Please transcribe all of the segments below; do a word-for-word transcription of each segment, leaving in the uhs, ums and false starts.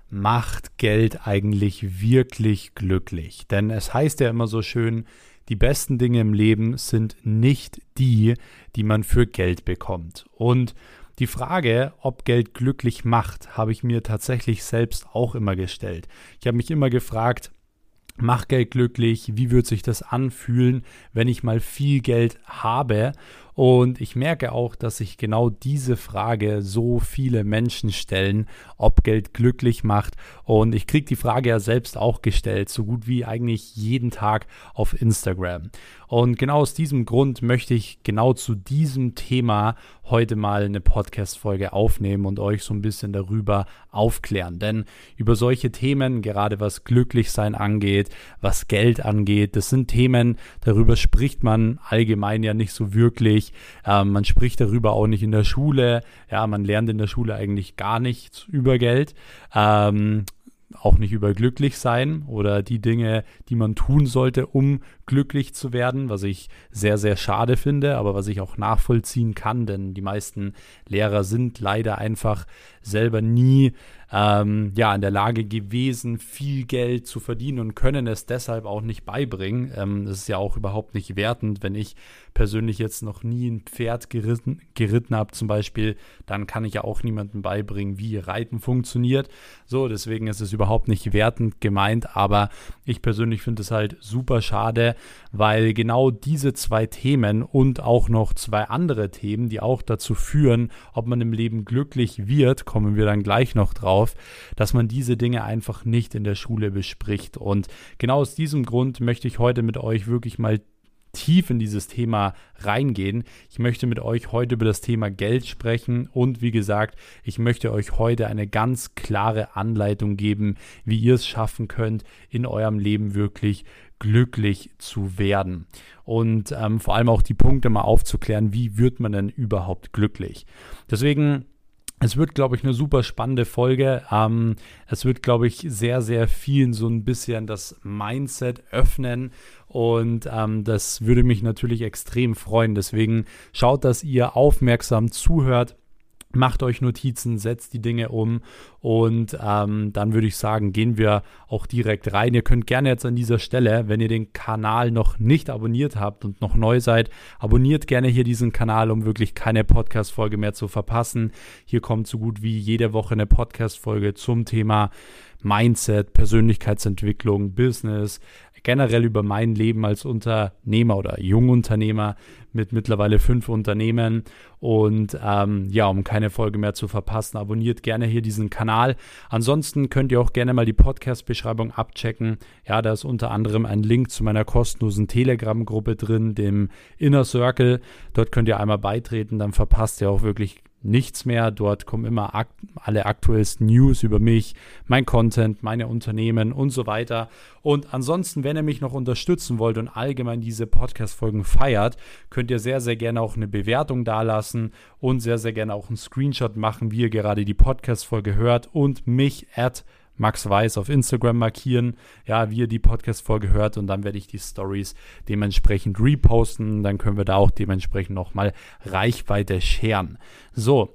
macht Geld eigentlich wirklich glücklich? Denn es heißt ja immer so schön, die besten Dinge im Leben sind nicht die, die man für Geld bekommt. Und die Frage, ob Geld glücklich macht, habe ich mir tatsächlich selbst auch immer gestellt. Ich habe mich immer gefragt, macht Geld glücklich? Wie wird sich das anfühlen, wenn ich mal viel Geld habe? Und ich merke auch, dass sich genau diese Frage so viele Menschen stellen, ob Geld glücklich macht. Und ich kriege die Frage ja selbst auch gestellt, so gut wie eigentlich jeden Tag auf Instagram. Und genau aus diesem Grund möchte ich genau zu diesem Thema heute mal eine Podcast-Folge aufnehmen und euch so ein bisschen darüber aufklären. Denn über solche Themen, gerade was Glücklichsein angeht, was Geld angeht, das sind Themen, darüber spricht man allgemein ja nicht so wirklich. Ähm, man spricht darüber auch nicht in der Schule. Ja, man lernt in der Schule eigentlich gar nichts über Geld. Ähm, auch nicht über glücklich sein oder die Dinge, die man tun sollte, um glücklich zu werden, was ich sehr, sehr schade finde, aber was ich auch nachvollziehen kann, denn die meisten Lehrer sind leider einfach selber nie ähm, ja, in der Lage gewesen, viel Geld zu verdienen und können es deshalb auch nicht beibringen. Ähm, das ist ja auch überhaupt nicht wertend, wenn ich persönlich jetzt noch nie ein Pferd geritten, geritten habe zum Beispiel, dann kann ich ja auch niemandem beibringen, wie Reiten funktioniert. So, deswegen ist es überhaupt nicht wertend gemeint, aber ich persönlich finde es halt super schade, weil genau diese zwei Themen und auch noch zwei andere Themen, die auch dazu führen, ob man im Leben glücklich wird, kommen wir dann gleich noch drauf, dass man diese Dinge einfach nicht in der Schule bespricht. Und genau aus diesem Grund möchte ich heute mit euch wirklich mal tief in dieses Thema reingehen. Ich möchte mit euch heute über das Thema Geld sprechen und wie gesagt, ich möchte euch heute eine ganz klare Anleitung geben, wie ihr es schaffen könnt, in eurem Leben wirklich glücklich zu werden. Und ähm, vor allem auch die Punkte mal aufzuklären, wie wird man denn überhaupt glücklich? Deswegen es wird, glaube ich, eine super spannende Folge. Ähm, es wird, glaube ich, sehr, sehr vielen so ein bisschen das Mindset öffnen und ähm, das würde mich natürlich extrem freuen. Deswegen schaut, dass ihr aufmerksam zuhört. Macht euch Notizen, setzt die Dinge um und ähm, dann würde ich sagen, gehen wir auch direkt rein. Ihr könnt gerne jetzt an dieser Stelle, wenn ihr den Kanal noch nicht abonniert habt und noch neu seid, abonniert gerne hier diesen Kanal, um wirklich keine Podcast-Folge mehr zu verpassen. Hier kommt so gut wie jede Woche eine Podcast-Folge zum Thema Mindset, Persönlichkeitsentwicklung, Business, generell über mein Leben als Unternehmer oder Jungunternehmer mit mittlerweile fünf Unternehmen. Und ähm, ja, um keine Folge mehr zu verpassen, abonniert gerne hier diesen Kanal. Ansonsten könnt ihr auch gerne mal die Podcast-Beschreibung abchecken. Ja, da ist unter anderem ein Link zu meiner kostenlosen Telegram-Gruppe drin, dem Inner Circle. Dort könnt ihr einmal beitreten, dann verpasst ihr auch wirklich nichts mehr. Dort kommen immer akt- alle aktuellsten News über mich, mein Content, meine Unternehmen und so weiter. Und ansonsten, wenn ihr mich noch unterstützen wollt und allgemein diese Podcast-Folgen feiert, könnt ihr sehr, sehr gerne auch eine Bewertung dalassen und sehr, sehr gerne auch einen Screenshot machen, wie ihr gerade die Podcast-Folge hört und mich at Max Weiß auf Instagram markieren, ja, wie ihr die Podcast-Folge hört und dann werde ich die Stories dementsprechend reposten, dann können wir da auch dementsprechend nochmal Reichweite scheren. So,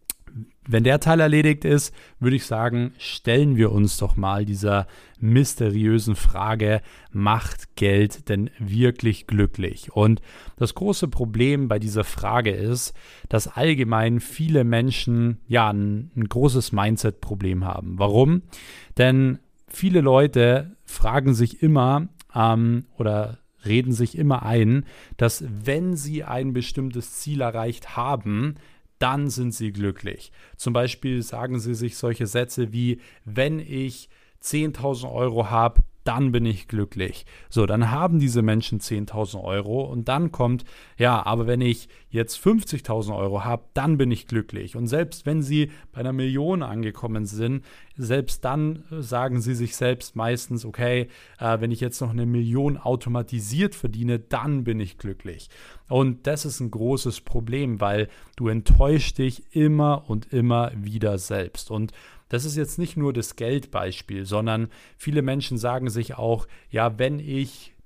wenn der Teil erledigt ist, würde ich sagen, stellen wir uns doch mal dieser mysteriösen Frage, macht Geld denn wirklich glücklich? Und das große Problem bei dieser Frage ist, dass allgemein viele Menschen ja ein, ein großes Mindset-Problem haben. Warum? Denn viele Leute fragen sich immer ähm, oder reden sich immer ein, dass wenn sie ein bestimmtes Ziel erreicht haben, dann sind sie glücklich. Zum Beispiel sagen sie sich solche Sätze wie, wenn ich zehntausend Euro habe, dann bin ich glücklich. So, dann haben diese Menschen zehntausend Euro und dann kommt, ja, aber wenn ich jetzt fünfzigtausend Euro habe, dann bin ich glücklich. Und selbst wenn sie bei einer Million angekommen sind, selbst dann sagen sie sich selbst meistens, okay, äh, wenn ich jetzt noch eine Million automatisiert verdiene, dann bin ich glücklich. Und das ist ein großes Problem, weil du enttäuschst dich immer und immer wieder selbst. Und das ist jetzt nicht nur das Geldbeispiel, sondern viele Menschen sagen sich auch, ja, wenn ich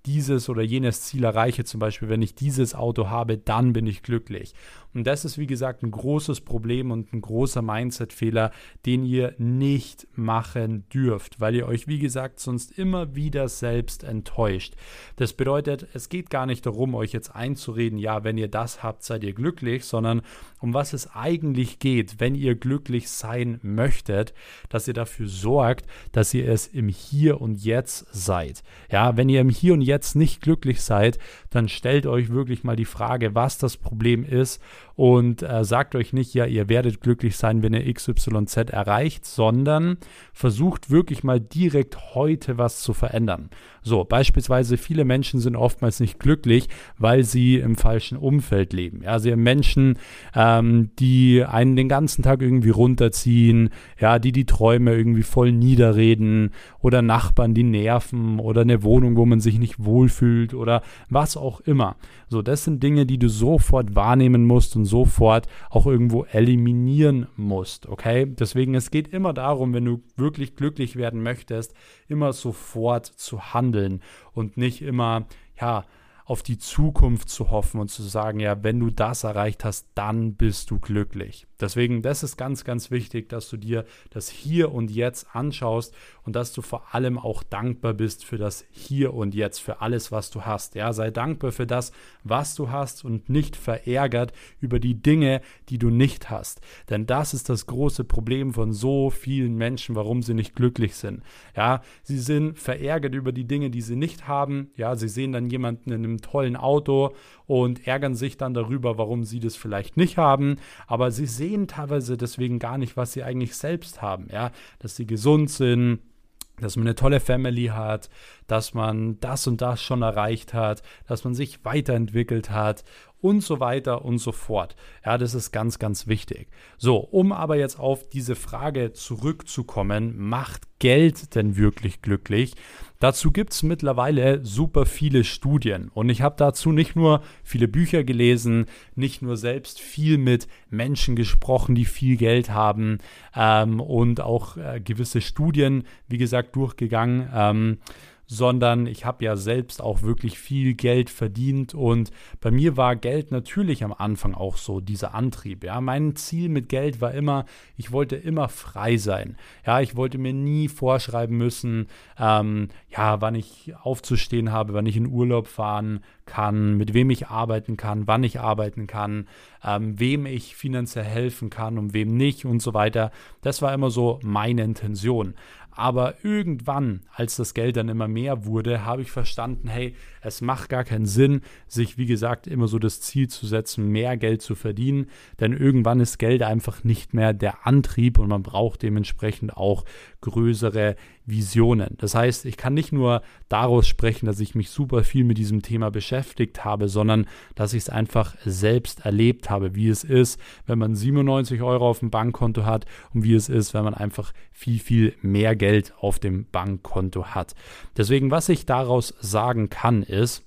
dieses oder jenes Ziel erreiche, zum Beispiel, wenn ich dieses Auto habe, dann bin ich glücklich. Und das ist, wie gesagt, ein großes Problem und ein großer Mindset-Fehler, den ihr nicht machen dürft, weil ihr euch, wie gesagt, sonst immer wieder selbst enttäuscht. Das bedeutet, es geht gar nicht darum, euch jetzt einzureden, ja, wenn ihr das habt, seid ihr glücklich, sondern um was es eigentlich geht, wenn ihr glücklich sein möchtet, dass ihr dafür sorgt, dass ihr es im Hier und Jetzt seid. Ja, wenn ihr im Hier und Jetzt nicht glücklich seid, dann stellt euch wirklich mal die Frage, was das Problem ist und äh, sagt euch nicht, ja, ihr werdet glücklich sein, wenn ihr X Y Z erreicht, sondern versucht wirklich mal direkt heute was zu verändern. So, beispielsweise viele Menschen sind oftmals nicht glücklich, weil sie im falschen Umfeld leben. Ja, sie haben Menschen, ähm, die einen den ganzen Tag irgendwie runterziehen, ja, die die Träume irgendwie voll niederreden oder Nachbarn, die nerven oder eine Wohnung, wo man sich nicht wohlfühlt oder was auch immer. So, das sind Dinge, die du sofort wahrnehmen musst und sofort auch irgendwo eliminieren musst, okay? Deswegen, es geht immer darum, wenn du wirklich glücklich werden möchtest, immer sofort zu handeln und nicht immer, ja, auf die Zukunft zu hoffen und zu sagen, ja, wenn du das erreicht hast, dann bist du glücklich. Deswegen, das ist ganz, ganz wichtig, dass du dir das Hier und Jetzt anschaust und dass du vor allem auch dankbar bist für das Hier und Jetzt, für alles, was du hast. Ja, sei dankbar für das, was du hast und nicht verärgert über die Dinge, die du nicht hast. Denn das ist das große Problem von so vielen Menschen, warum sie nicht glücklich sind. Ja, sie sind verärgert über die Dinge, die sie nicht haben. Ja, sie sehen dann jemanden in einem tollen Auto und ärgern sich dann darüber, warum sie das vielleicht nicht haben. Aber sie sehen teilweise deswegen gar nicht, was sie eigentlich selbst haben. Ja, dass sie gesund sind, dass man eine tolle Family hat, dass man das und das schon erreicht hat, dass man sich weiterentwickelt hat und so weiter und so fort. Ja, das ist ganz, ganz wichtig. So, um aber jetzt auf diese Frage zurückzukommen, macht Geld denn wirklich glücklich? Dazu gibt es mittlerweile super viele Studien und ich habe dazu nicht nur viele Bücher gelesen, nicht nur selbst viel mit Menschen gesprochen, die viel Geld haben ähm, und auch äh, gewisse Studien, wie gesagt, durchgegangen, ähm, sondern ich habe ja selbst auch wirklich viel Geld verdient und bei mir war Geld natürlich am Anfang auch so dieser Antrieb. Ja, mein Ziel mit Geld war immer, ich wollte immer frei sein. Ja, ich wollte mir nie vorschreiben müssen, ähm, ja, wann ich aufzustehen habe, wann ich in Urlaub fahren kann, mit wem ich arbeiten kann, wann ich arbeiten kann, ähm, wem ich finanziell helfen kann und wem nicht und so weiter. Das war immer so meine Intention. Aber irgendwann, als das Geld dann immer mehr wurde, habe ich verstanden, hey, es macht gar keinen Sinn, sich, wie gesagt, immer so das Ziel zu setzen, mehr Geld zu verdienen, denn irgendwann ist Geld einfach nicht mehr der Antrieb und man braucht dementsprechend auch größere Visionen. Das heißt, ich kann nicht nur daraus sprechen, dass ich mich super viel mit diesem Thema beschäftigt habe, sondern dass ich es einfach selbst erlebt habe, wie es ist, wenn man siebenundneunzig Euro auf dem Bankkonto hat und wie es ist, wenn man einfach viel, viel mehr Geld auf dem Bankkonto hat. Deswegen, was ich daraus sagen kann, ist,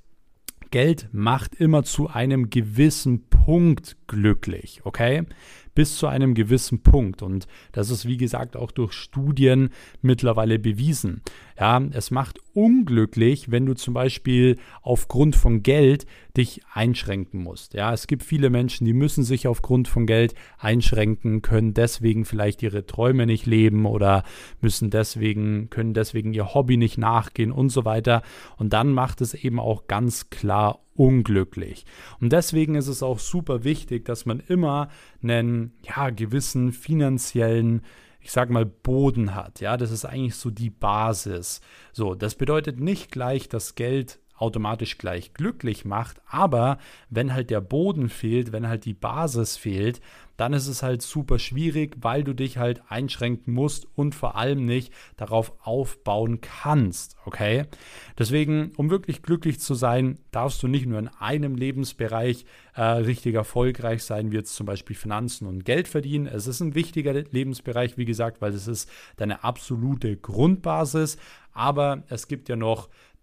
Geld macht immer zu einem gewissen Punkt glücklich, okay? Bis zu einem gewissen Punkt. Und das ist, wie gesagt, auch durch Studien mittlerweile bewiesen. Ja, es macht unglücklich, wenn du zum Beispiel aufgrund von Geld dich einschränken musst. Ja, es gibt viele Menschen, die müssen sich aufgrund von Geld einschränken, können deswegen vielleicht ihre Träume nicht leben oder müssen deswegen, können deswegen ihr Hobby nicht nachgehen und so weiter. Und dann macht es eben auch ganz klar unglücklich. Und deswegen ist es auch super wichtig, dass man immer einen ja, gewissen finanziellen, ich sag mal, Boden hat. Ja, das ist eigentlich so die Basis. So, das bedeutet nicht gleich, dass Geld automatisch gleich glücklich macht, aber wenn halt der Boden fehlt, wenn halt die Basis fehlt, dann ist es halt super schwierig, weil du dich halt einschränken musst und vor allem nicht darauf aufbauen kannst, okay? Deswegen, um wirklich glücklich zu sein, darfst du nicht nur in einem Lebensbereich äh, richtig erfolgreich sein, wie jetzt zum Beispiel Finanzen und Geld verdienen. Es ist ein wichtiger Lebensbereich, wie gesagt, weil es ist deine absolute Grundbasis, aber es gibt ja noch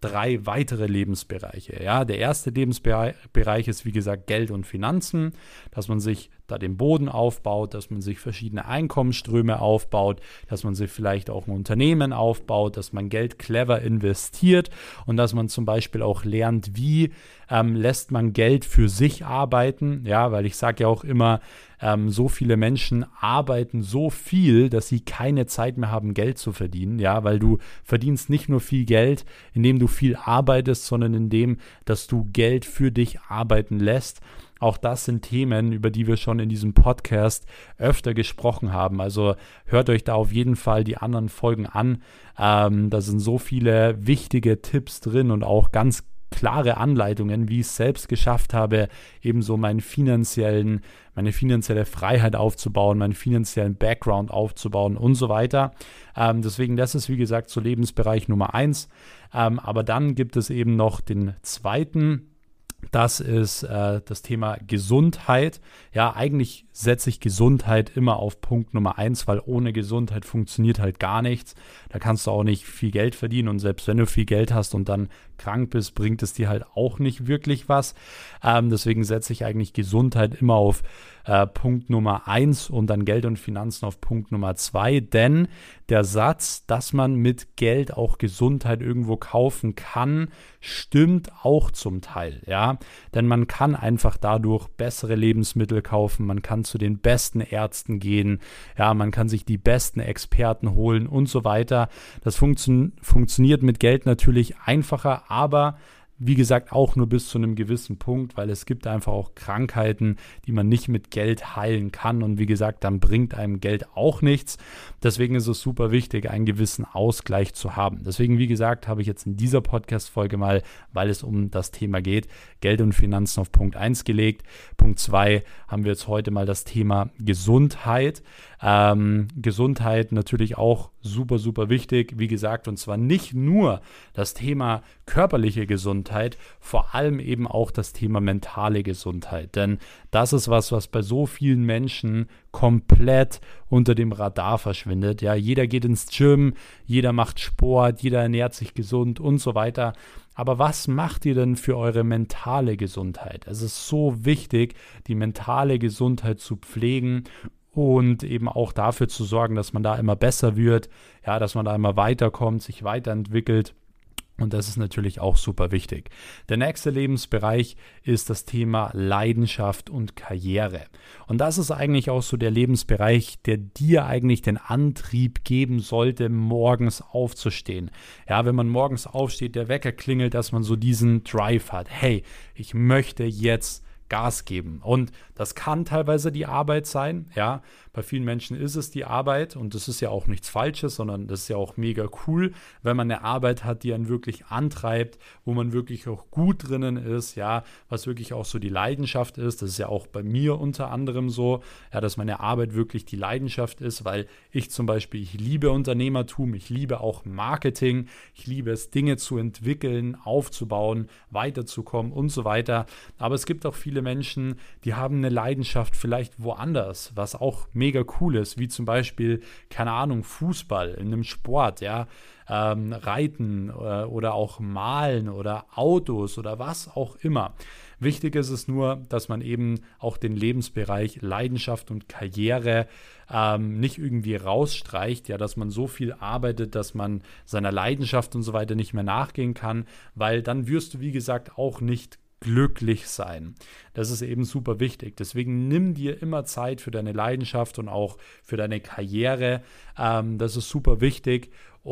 drei weitere Lebensbereiche. Ja, der erste Lebensbereich ist, wie gesagt, Geld und Finanzen, dass man sich da den Boden aufbaut, dass man sich verschiedene Einkommensströme aufbaut, dass man sich vielleicht auch ein Unternehmen aufbaut, dass man Geld clever investiert und dass man zum Beispiel auch lernt, wie ähm, lässt man Geld für sich arbeiten. Ja, weil ich sage ja auch immer, ähm, so viele Menschen arbeiten so viel, dass sie keine Zeit mehr haben, Geld zu verdienen. Ja, weil du verdienst nicht nur viel Geld, indem du viel arbeitest, sondern indem, dass du Geld für dich arbeiten lässt. Auch das sind Themen, über die wir schon in diesem Podcast öfter gesprochen haben. Also hört euch da auf jeden Fall die anderen Folgen an. Ähm, da sind so viele wichtige Tipps drin und auch ganz klare Anleitungen, wie ich es selbst geschafft habe, ebenso meinen finanziellen, meine finanzielle Freiheit aufzubauen, meinen finanziellen Background aufzubauen und so weiter. Ähm, deswegen, das ist wie gesagt so Lebensbereich Nummer eins. Ähm, aber dann gibt es eben noch den zweiten. Das ist äh, das Thema Gesundheit. Ja, eigentlich setze ich Gesundheit immer auf Punkt Nummer eins, weil ohne Gesundheit funktioniert halt gar nichts. Da kannst du auch nicht viel Geld verdienen und selbst wenn du viel Geld hast und dann krank bist, bringt es dir halt auch nicht wirklich was. Ähm, deswegen setze ich eigentlich Gesundheit immer auf äh, Punkt Nummer eins und dann Geld und Finanzen auf Punkt Nummer zwei, denn der Satz, dass man mit Geld auch Gesundheit irgendwo kaufen kann, stimmt auch zum Teil, ja, denn man kann einfach dadurch bessere Lebensmittel kaufen, man kann zu den besten Ärzten gehen, ja, man kann sich die besten Experten holen und so weiter. Das funktio- funktioniert mit Geld natürlich einfacher, aber wie gesagt, auch nur bis zu einem gewissen Punkt, weil es gibt einfach auch Krankheiten, die man nicht mit Geld heilen kann und wie gesagt, dann bringt einem Geld auch nichts. Deswegen ist es super wichtig, einen gewissen Ausgleich zu haben. Deswegen, wie gesagt, habe ich jetzt in dieser Podcast-Folge mal, weil es um das Thema geht, Geld und Finanzen auf Punkt eins gelegt. Punkt zwei haben wir jetzt heute mal das Thema Gesundheit. Ähm, Gesundheit natürlich auch super, super wichtig, wie gesagt, und zwar nicht nur das Thema körperliche Gesundheit, vor allem eben auch das Thema mentale Gesundheit, denn das ist was, was bei so vielen Menschen komplett unter dem Radar verschwindet. Ja, jeder geht ins Gym, jeder macht Sport, jeder ernährt sich gesund und so weiter. Aber was macht ihr denn für eure mentale Gesundheit? Es ist so wichtig, die mentale Gesundheit zu pflegen und eben auch dafür zu sorgen, dass man da immer besser wird, ja, dass man da immer weiterkommt, sich weiterentwickelt. Und das ist natürlich auch super wichtig. Der nächste Lebensbereich ist das Thema Leidenschaft und Karriere. Und das ist eigentlich auch so der Lebensbereich, der dir eigentlich den Antrieb geben sollte, morgens aufzustehen. Ja, wenn man morgens aufsteht, der Wecker klingelt, dass man so diesen Drive hat. Hey, ich möchte jetzt Gas geben. Und das kann teilweise die Arbeit sein, ja. Bei vielen Menschen ist es die Arbeit und das ist ja auch nichts Falsches, sondern das ist ja auch mega cool, wenn man eine Arbeit hat, die einen wirklich antreibt, wo man wirklich auch gut drinnen ist, ja, was wirklich auch so die Leidenschaft ist. Das ist ja auch bei mir unter anderem so, ja, dass meine Arbeit wirklich die Leidenschaft ist, weil ich zum Beispiel, ich liebe Unternehmertum, ich liebe auch Marketing, ich liebe es, Dinge zu entwickeln, aufzubauen, weiterzukommen und so weiter. Aber es gibt auch viele Menschen, die haben eine Leidenschaft vielleicht woanders, was auch mega cool ist, wie zum Beispiel, keine Ahnung, Fußball in einem Sport, ja, ähm, Reiten äh, oder auch Malen oder Autos oder was auch immer. Wichtig ist es nur, dass man eben auch den Lebensbereich Leidenschaft und Karriere ähm, nicht irgendwie rausstreicht, ja, dass man so viel arbeitet, dass man seiner Leidenschaft und so weiter nicht mehr nachgehen kann, weil dann wirst du, wie gesagt, auch nicht glücklich sein. Das ist eben super wichtig. Deswegen nimm dir immer Zeit für deine Leidenschaft und auch für deine Karriere. Ähm, das ist super wichtig.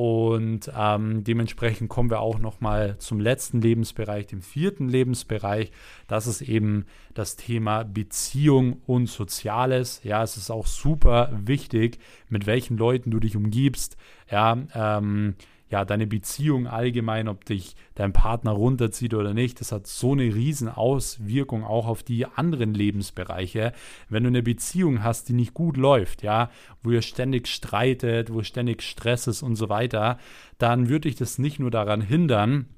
Und ähm, dementsprechend kommen wir auch nochmal zum letzten Lebensbereich, dem vierten Lebensbereich. Das ist eben das Thema Beziehung und Soziales. Ja, es ist auch super wichtig, mit welchen Leuten du dich umgibst. Ja, ähm, ja, deine Beziehung allgemein, ob dich dein Partner runterzieht oder nicht, das hat so eine riesen Auswirkung auch auf die anderen Lebensbereiche. Wenn du eine Beziehung hast, die nicht gut läuft, ja, wo ihr ständig streitet, wo ständig Stress ist und so weiter, dann würde dich das nicht nur daran hindern,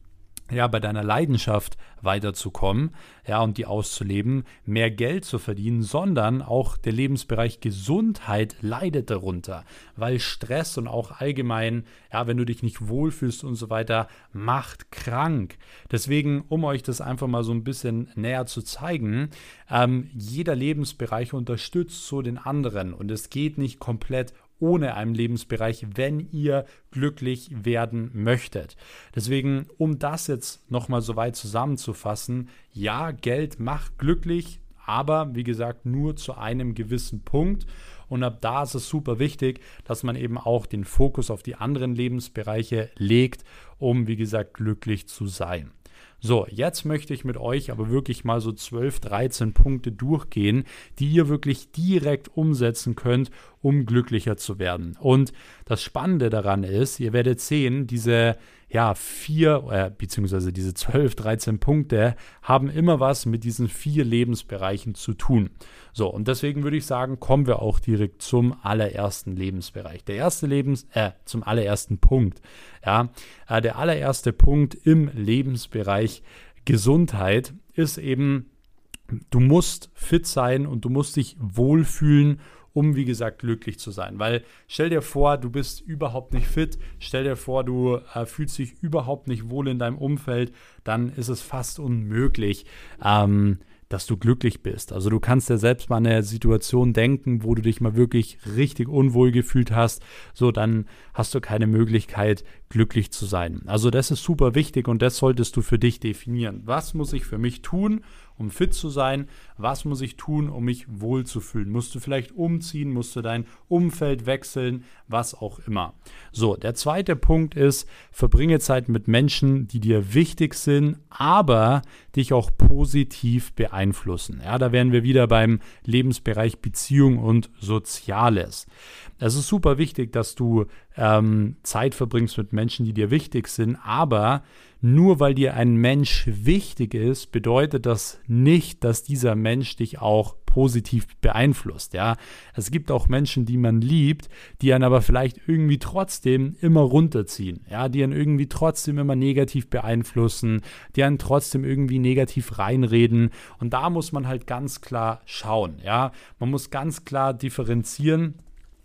ja, bei deiner Leidenschaft weiterzukommen, ja, und die auszuleben, mehr Geld zu verdienen, sondern auch der Lebensbereich Gesundheit leidet darunter, weil Stress und auch allgemein, ja, wenn du dich nicht wohlfühlst und so weiter, macht krank. Deswegen, um euch das einfach mal so ein bisschen näher zu zeigen, ähm, jeder Lebensbereich unterstützt so den anderen und es geht nicht komplett ohne einen Lebensbereich, wenn ihr glücklich werden möchtet. Deswegen, um das jetzt nochmal so weit zusammenzufassen, ja, Geld macht glücklich, aber wie gesagt, nur zu einem gewissen Punkt. Und ab da ist es super wichtig, dass man eben auch den Fokus auf die anderen Lebensbereiche legt, um, wie gesagt, glücklich zu sein. So, jetzt möchte ich mit euch aber wirklich mal so zwölf, dreizehn Punkte durchgehen, die ihr wirklich direkt umsetzen könnt, um glücklicher zu werden. Und das Spannende daran ist, ihr werdet sehen, diese ja, vier, äh, beziehungsweise diese zwölf, dreizehn Punkte haben immer was mit diesen vier Lebensbereichen zu tun. So, und deswegen würde ich sagen, kommen wir auch direkt zum allerersten Lebensbereich. Der erste Lebens, äh, zum allerersten Punkt. Ja, äh, der allererste Punkt im Lebensbereich Gesundheit ist eben, du musst fit sein und du musst dich wohlfühlen, um, wie gesagt, glücklich zu sein. Weil stell dir vor, du bist überhaupt nicht fit, stell dir vor, du äh, fühlst dich überhaupt nicht wohl in deinem Umfeld, dann ist es fast unmöglich, ähm, dass du glücklich bist. Also du kannst dir selbst mal an eine Situation denken, wo du dich mal wirklich richtig unwohl gefühlt hast, so dann hast du keine Möglichkeit, glücklich zu sein. Also das ist super wichtig und das solltest du für dich definieren. Was muss ich für mich tun, um fit zu sein? Was muss ich tun, um mich wohlzufühlen? Musst du vielleicht umziehen? Musst du dein Umfeld wechseln? Was auch immer. So, der zweite Punkt ist, verbringe Zeit mit Menschen, die dir wichtig sind, aber dich auch positiv beeinflussen. Ja, da wären wir wieder beim Lebensbereich Beziehung und Soziales. Es ist super wichtig, dass du ähm, Zeit verbringst mit Menschen, die dir wichtig sind, aber nur weil dir ein Mensch wichtig ist, bedeutet das nicht, dass dieser Mensch dich auch positiv beeinflusst. Ja, es gibt auch Menschen, die man liebt, die einen aber vielleicht irgendwie trotzdem immer runterziehen. Ja, die einen irgendwie trotzdem immer negativ beeinflussen, die einen trotzdem irgendwie negativ reinreden. Und da muss man halt ganz klar schauen. Ja, man muss ganz klar differenzieren.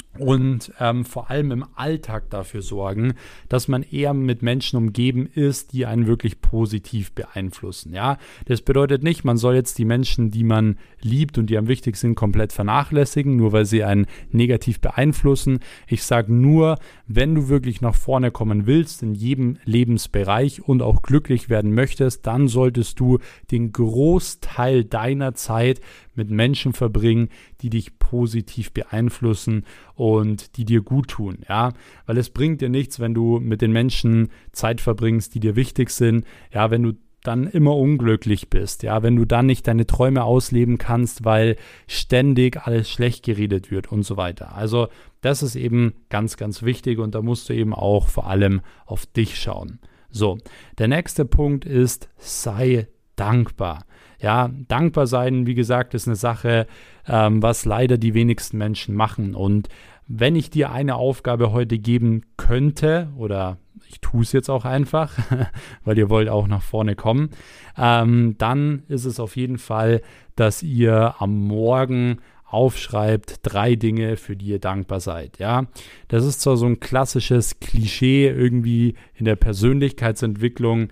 Und ähm, vor allem im Alltag dafür sorgen, dass man eher mit Menschen umgeben ist, die einen wirklich positiv beeinflussen. Ja, das bedeutet nicht, man soll jetzt die Menschen, die man liebt und die am wichtigsten sind, komplett vernachlässigen, nur weil sie einen negativ beeinflussen. Ich sage nur, wenn du wirklich nach vorne kommen willst in jedem Lebensbereich und auch glücklich werden möchtest, dann solltest du den Großteil deiner Zeit mit Menschen verbringen, die dich positiv beeinflussen und die dir gut tun, ja, weil es bringt dir nichts, wenn du mit den Menschen Zeit verbringst, die dir wichtig sind, ja, wenn du dann immer unglücklich bist, ja, wenn du dann nicht deine Träume ausleben kannst, weil ständig alles schlecht geredet wird und so weiter. Also das ist eben ganz, ganz wichtig und da musst du eben auch vor allem auf dich schauen. So, der nächste Punkt ist, sei dankbar. Ja, dankbar sein, wie gesagt, ist eine Sache, ähm, was leider die wenigsten Menschen machen. Und wenn ich dir eine Aufgabe heute geben könnte, oder ich tue es jetzt auch einfach, weil ihr wollt auch nach vorne kommen, ähm, dann ist es auf jeden Fall, dass ihr am Morgen aufschreibt, drei Dinge, für die ihr dankbar seid. Ja, das ist zwar so ein klassisches Klischee irgendwie in der Persönlichkeitsentwicklung,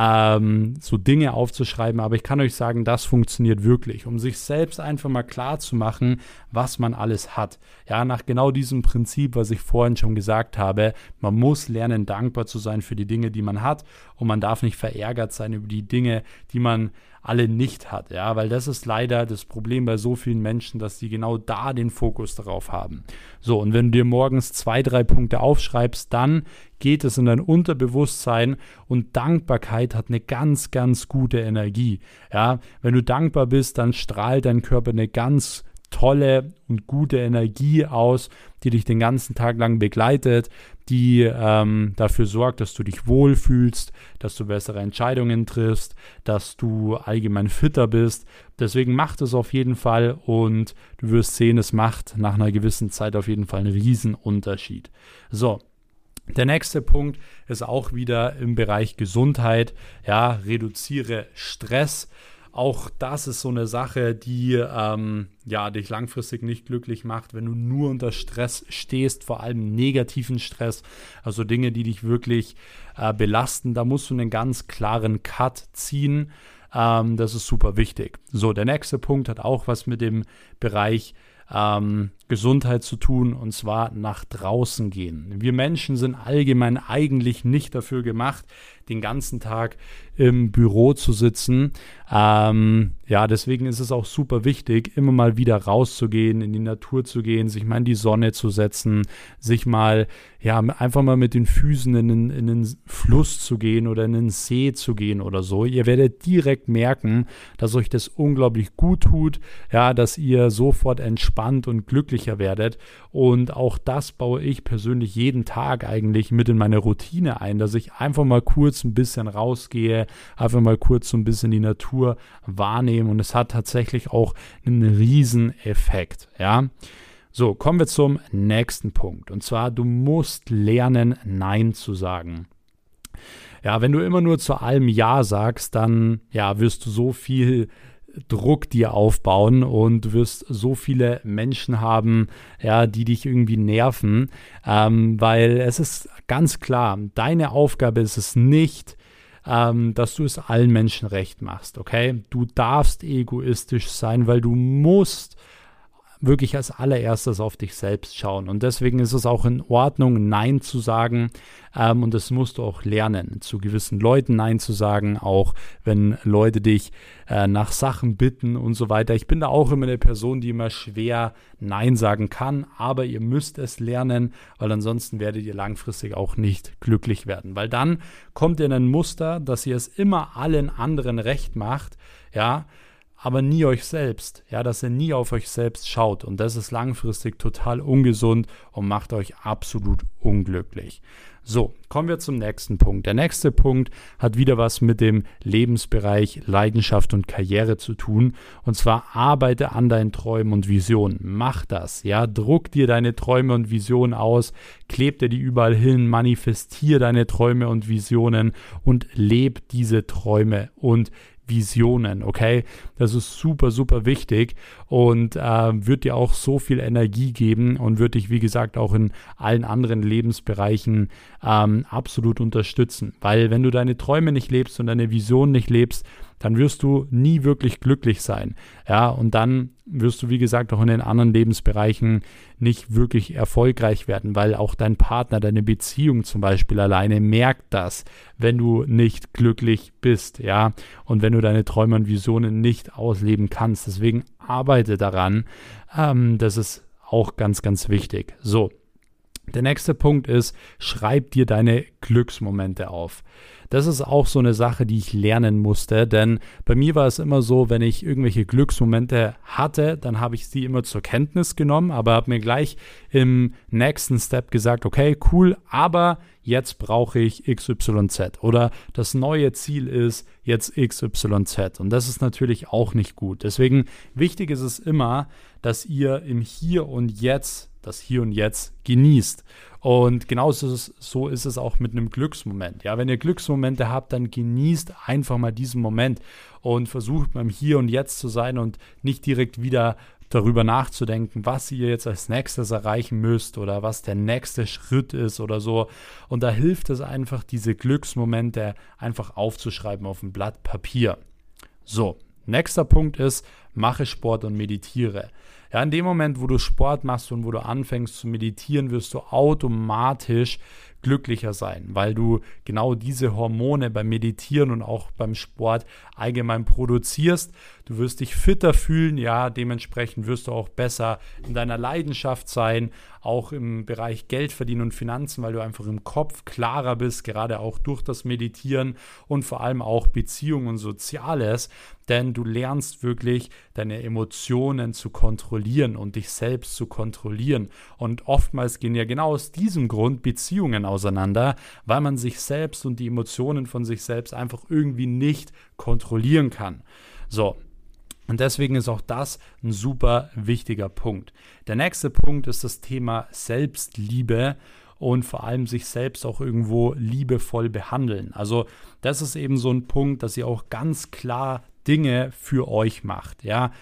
ähm, so Dinge aufzuschreiben, aber ich kann euch sagen, das funktioniert wirklich, um sich selbst einfach mal klar zu machen, was man alles hat. Ja, nach genau diesem Prinzip, was ich vorhin schon gesagt habe, man muss lernen, dankbar zu sein für die Dinge, die man hat und man darf nicht verärgert sein über die Dinge, die man alle nicht hat, ja, weil das ist leider das Problem bei so vielen Menschen, dass die genau da den Fokus darauf haben. So, und wenn du dir morgens zwei, drei Punkte aufschreibst, dann geht es in dein Unterbewusstsein und Dankbarkeit hat eine ganz, ganz gute Energie, ja, wenn du dankbar bist, dann strahlt dein Körper eine ganz tolle und gute Energie aus, die dich den ganzen Tag lang begleitet, die ähm, dafür sorgt, dass du dich wohlfühlst, dass du bessere Entscheidungen triffst, dass du allgemein fitter bist. Deswegen macht es auf jeden Fall und du wirst sehen, es macht nach einer gewissen Zeit auf jeden Fall einen riesen Unterschied. So, Der nächste Punkt ist auch wieder im Bereich Gesundheit. Ja, reduziere Stress. Auch das ist so eine Sache, die ähm, ja, dich langfristig nicht glücklich macht, wenn du nur unter Stress stehst, vor allem negativen Stress, also Dinge, die dich wirklich äh, belasten. Da musst du einen ganz klaren Cut ziehen. Ähm, das ist super wichtig. So, der nächste Punkt hat auch was mit dem Bereich Ähm, Gesundheit zu tun, und zwar nach draußen gehen. Wir Menschen sind allgemein eigentlich nicht dafür gemacht, den ganzen Tag im Büro zu sitzen. Ähm, ja, deswegen ist es auch super wichtig, immer mal wieder rauszugehen, in die Natur zu gehen, sich mal in die Sonne zu setzen, sich mal, ja, einfach mal mit den Füßen in den, in den Fluss zu gehen oder in den See zu gehen oder so. Ihr werdet direkt merken, dass euch das unglaublich gut tut, ja, dass ihr sofort entspannt und glücklicher werdet. Und auch das baue ich persönlich jeden Tag eigentlich mit in meine Routine ein, dass ich einfach mal kurz ein bisschen rausgehe, einfach mal kurz so ein bisschen die Natur wahrnehme, und es hat tatsächlich auch einen riesen Effekt, ja. So, kommen wir zum nächsten Punkt, und zwar, du musst lernen, Nein zu sagen. Ja, wenn du immer nur zu allem Ja sagst, dann ja, wirst du so viel Druck dir aufbauen und du wirst so viele Menschen haben, ja, die dich irgendwie nerven, ähm, weil es ist ganz klar, deine Aufgabe ist es nicht, ähm, dass du es allen Menschen recht machst, okay? Du darfst egoistisch sein, weil du musst wirklich als allererstes auf dich selbst schauen. Und deswegen ist es auch in Ordnung, Nein zu sagen. Ähm, und das musst du auch lernen, zu gewissen Leuten Nein zu sagen, auch wenn Leute dich äh, nach Sachen bitten und so weiter. Ich bin da auch immer eine Person, die immer schwer Nein sagen kann, aber ihr müsst es lernen, weil ansonsten werdet ihr langfristig auch nicht glücklich werden. Weil dann kommt ihr in ein Muster, dass ihr es immer allen anderen recht macht, ja, aber nie euch selbst, ja, dass ihr nie auf euch selbst schaut, und das ist langfristig total ungesund und macht euch absolut unglücklich. So, kommen wir zum nächsten Punkt. Der nächste Punkt hat wieder was mit dem Lebensbereich Leidenschaft und Karriere zu tun, und zwar arbeite an deinen Träumen und Visionen. Mach das, ja, druck dir deine Träume und Visionen aus, kleb dir die überall hin, manifestier deine Träume und Visionen und leb diese Träume und Visionen, okay? Das ist super, super wichtig und äh, wird dir auch so viel Energie geben und wird dich, wie gesagt, auch in allen anderen Lebensbereichen ähm, absolut unterstützen. Weil wenn du deine Träume nicht lebst und deine Vision nicht lebst, dann wirst du nie wirklich glücklich sein. Ja, und dann wirst du, wie gesagt, auch in den anderen Lebensbereichen nicht wirklich erfolgreich werden, weil auch dein Partner, deine Beziehung zum Beispiel alleine merkt das, wenn du nicht glücklich bist, ja, und wenn du deine Träume und Visionen nicht ausleben kannst. Deswegen arbeite daran. Ähm, das ist auch ganz, ganz wichtig. So. Der nächste Punkt ist, schreib dir deine Glücksmomente auf. Das ist auch so eine Sache, die ich lernen musste, denn bei mir war es immer so, wenn ich irgendwelche Glücksmomente hatte, dann habe ich sie immer zur Kenntnis genommen, aber habe mir gleich im nächsten Step gesagt, okay, cool, aber jetzt brauche ich X Y Z oder das neue Ziel ist jetzt X Y Z, und das ist natürlich auch nicht gut. Deswegen wichtig ist es immer, dass ihr im Hier und Jetzt das Hier und Jetzt genießt. Und genauso ist es, so ist es auch mit einem Glücksmoment. Ja, wenn ihr Glücksmomente habt, dann genießt einfach mal diesen Moment und versucht beim Hier und Jetzt zu sein und nicht direkt wieder darüber nachzudenken, was ihr jetzt als nächstes erreichen müsst oder was der nächste Schritt ist oder so. Und da hilft es einfach, diese Glücksmomente einfach aufzuschreiben auf ein Blatt Papier. So, nächster Punkt ist, mache Sport und meditiere. Ja, in dem Moment, wo du Sport machst und wo du anfängst zu meditieren, wirst du automatisch glücklicher sein, weil du genau diese Hormone beim Meditieren und auch beim Sport allgemein produzierst. Du wirst dich fitter fühlen, ja, dementsprechend wirst du auch besser in deiner Leidenschaft sein, auch im Bereich Geld verdienen und Finanzen, weil du einfach im Kopf klarer bist, gerade auch durch das Meditieren und vor allem auch Beziehungen und Soziales, denn du lernst wirklich deine Emotionen zu kontrollieren und dich selbst zu kontrollieren, und oftmals gehen ja genau aus diesem Grund Beziehungen auseinander, weil man sich selbst und die Emotionen von sich selbst einfach irgendwie nicht kontrollieren kann. So. Und deswegen ist auch das ein super wichtiger Punkt. Der nächste Punkt ist das Thema Selbstliebe. und vor allem sich selbst auch irgendwo liebevoll behandeln. Also das ist eben so ein Punkt, dass ihr auch ganz klar Dinge für euch macht, ja.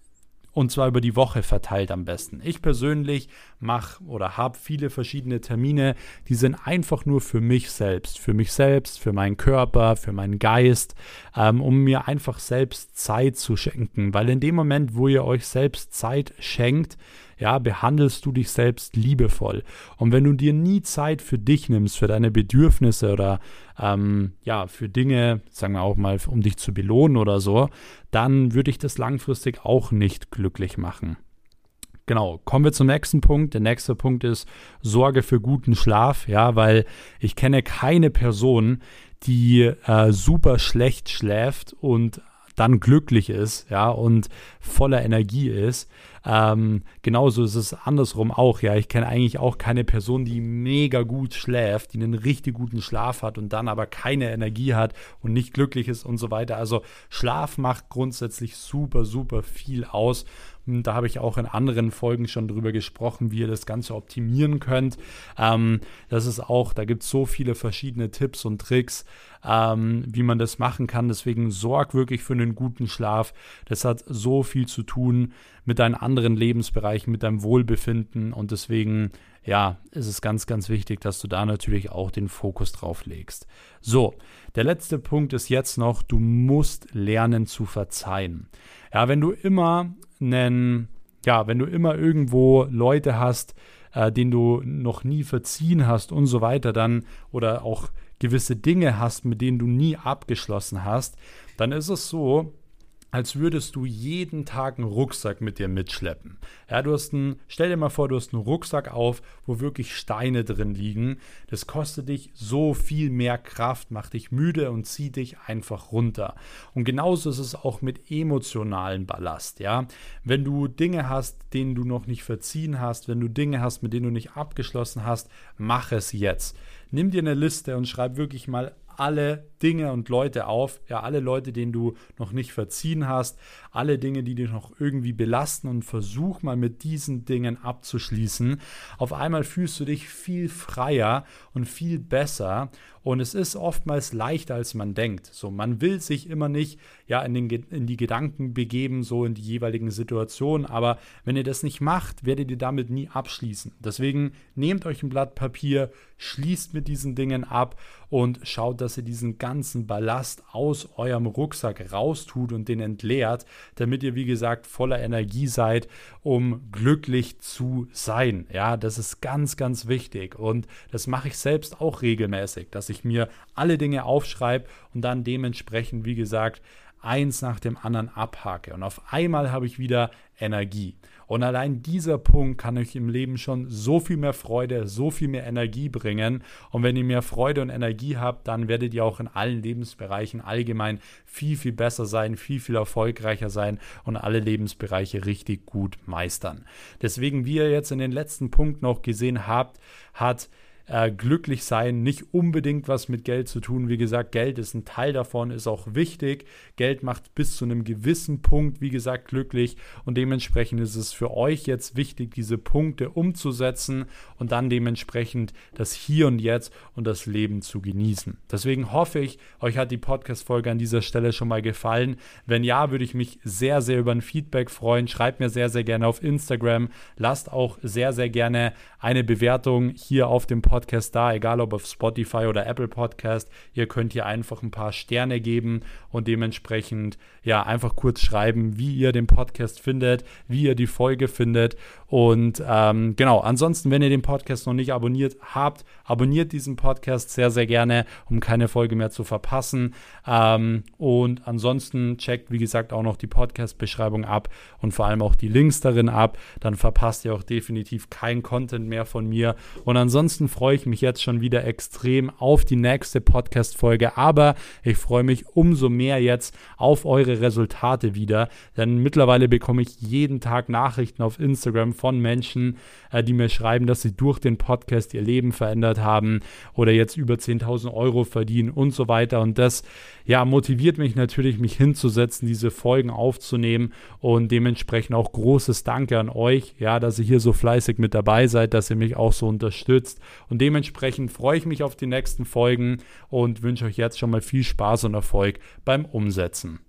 Und zwar über die Woche verteilt am besten. Ich persönlich mache oder habe viele verschiedene Termine, die sind einfach nur für mich selbst. Für mich selbst, für meinen Körper, für meinen Geist, ähm, um mir einfach selbst Zeit zu schenken. Weil in dem Moment, wo ihr euch selbst Zeit schenkt, ja, behandelst du dich selbst liebevoll. Und wenn du dir nie Zeit für dich nimmst, für deine Bedürfnisse oder ähm, ja, für Dinge, sagen wir auch mal, um dich zu belohnen oder so, dann würde ich das langfristig auch nicht glücklich machen. Genau, kommen wir zum nächsten Punkt. Der nächste Punkt ist Sorge für guten Schlaf, ja, weil ich kenne keine Person, die äh, super schlecht schläft und dann glücklich ist, ja, und voller Energie ist. Ähm, genauso ist es andersrum auch, ja. Ich kenne eigentlich auch keine Person, die mega gut schläft, die einen richtig guten Schlaf hat und dann aber keine Energie hat und nicht glücklich ist und so weiter. Also Schlaf macht grundsätzlich super, super viel aus. Und da habe ich auch in anderen Folgen schon drüber gesprochen, wie ihr das Ganze optimieren könnt. Ähm, das ist auch, da gibt es so viele verschiedene Tipps und Tricks, ähm, wie man das machen kann. Deswegen sorg wirklich für einen guten Schlaf. Das hat so viel zu tun mit deinen anderen Lebensbereichen, mit deinem Wohlbefinden. Und deswegen, ja, ist es ganz, ganz wichtig, dass du da natürlich auch den Fokus drauf legst. So, der letzte Punkt ist jetzt noch, du musst lernen zu verzeihen. Ja, wenn du immer einen, ja, wenn du immer irgendwo Leute hast, äh, denen du noch nie verziehen hast und so weiter, dann oder auch gewisse Dinge hast, mit denen du nie abgeschlossen hast, dann ist es so, als würdest du jeden Tag einen Rucksack mit dir mitschleppen. Ja, du hast einen, stell dir mal vor, du hast einen Rucksack auf, wo wirklich Steine drin liegen. Das kostet dich so viel mehr Kraft, macht dich müde und zieht dich einfach runter. Und genauso ist es auch mit emotionalen Ballast. Ja, wenn du Dinge hast, denen du noch nicht verziehen hast, wenn du Dinge hast, mit denen du nicht abgeschlossen hast, mach es jetzt. Nimm dir eine Liste und schreib wirklich mal alle Dinge und Leute auf, ja, alle Leute, denen du noch nicht verziehen hast, alle Dinge, die dich noch irgendwie belasten und versuch mal mit diesen Dingen abzuschließen. Auf einmal fühlst du dich viel freier und viel besser und es ist oftmals leichter, als man denkt. So, man will sich immer nicht ja in, den, in die Gedanken begeben, so in die jeweiligen Situationen, aber wenn ihr das nicht macht, werdet ihr damit nie abschließen. Deswegen nehmt euch ein Blatt Papier, schließt mit diesen Dingen ab und schaut, dass ihr diesen ganzen Ballast aus eurem Rucksack raustut und den entleert, damit ihr, wie gesagt, voller Energie seid, um glücklich zu sein. Ja, das ist ganz, ganz wichtig und das mache ich selbst auch regelmäßig, dass ich mir alle Dinge aufschreibe und dann dementsprechend, wie gesagt, eins nach dem anderen abhake und auf einmal habe ich wieder Energie. Und allein dieser Punkt kann euch im Leben schon so viel mehr Freude, so viel mehr Energie bringen. Und wenn ihr mehr Freude und Energie habt, dann werdet ihr auch in allen Lebensbereichen allgemein viel, viel besser sein, viel, viel erfolgreicher sein und alle Lebensbereiche richtig gut meistern. Deswegen, wie ihr jetzt in den letzten Punkten auch gesehen habt, hat Äh, glücklich sein, nicht unbedingt was mit Geld zu tun. Wie gesagt, Geld ist ein Teil davon, ist auch wichtig. Geld macht bis zu einem gewissen Punkt, wie gesagt, glücklich und dementsprechend ist es für euch jetzt wichtig, diese Punkte umzusetzen und dann dementsprechend das Hier und Jetzt und das Leben zu genießen. Deswegen hoffe ich, euch hat die Podcast-Folge an dieser Stelle schon mal gefallen. Wenn ja, würde ich mich sehr, sehr über ein Feedback freuen. Schreibt mir sehr, sehr gerne auf Instagram. Lasst auch sehr, sehr gerne eine Bewertung hier auf dem Podcast Podcast da, egal ob auf Spotify oder Apple Podcast. Ihr könnt hier einfach ein paar Sterne geben und dementsprechend ja einfach kurz schreiben, wie ihr den Podcast findet, wie ihr die Folge findet und ähm, genau, ansonsten, wenn ihr den Podcast noch nicht abonniert habt, abonniert diesen Podcast sehr, sehr gerne, um keine Folge mehr zu verpassen ähm, und ansonsten checkt, wie gesagt, auch noch die Podcast-Beschreibung ab und vor allem auch die Links darin ab, dann verpasst ihr auch definitiv kein Content mehr von mir und ansonsten freue ich mich jetzt schon wieder extrem auf die nächste Podcast-Folge, aber ich freue mich umso mehr jetzt auf eure Resultate wieder, denn mittlerweile bekomme ich jeden Tag Nachrichten auf Instagram von Menschen, äh, die mir schreiben, dass sie durch den Podcast ihr Leben verändert haben oder jetzt über zehntausend Euro verdienen und so weiter und das ja, motiviert mich natürlich, mich hinzusetzen, diese Folgen aufzunehmen und dementsprechend auch großes Danke an euch, ja, dass ihr hier so fleißig mit dabei seid, dass ihr mich auch so unterstützt Und dementsprechend freue ich mich auf die nächsten Folgen und wünsche euch jetzt schon mal viel Spaß und Erfolg beim Umsetzen.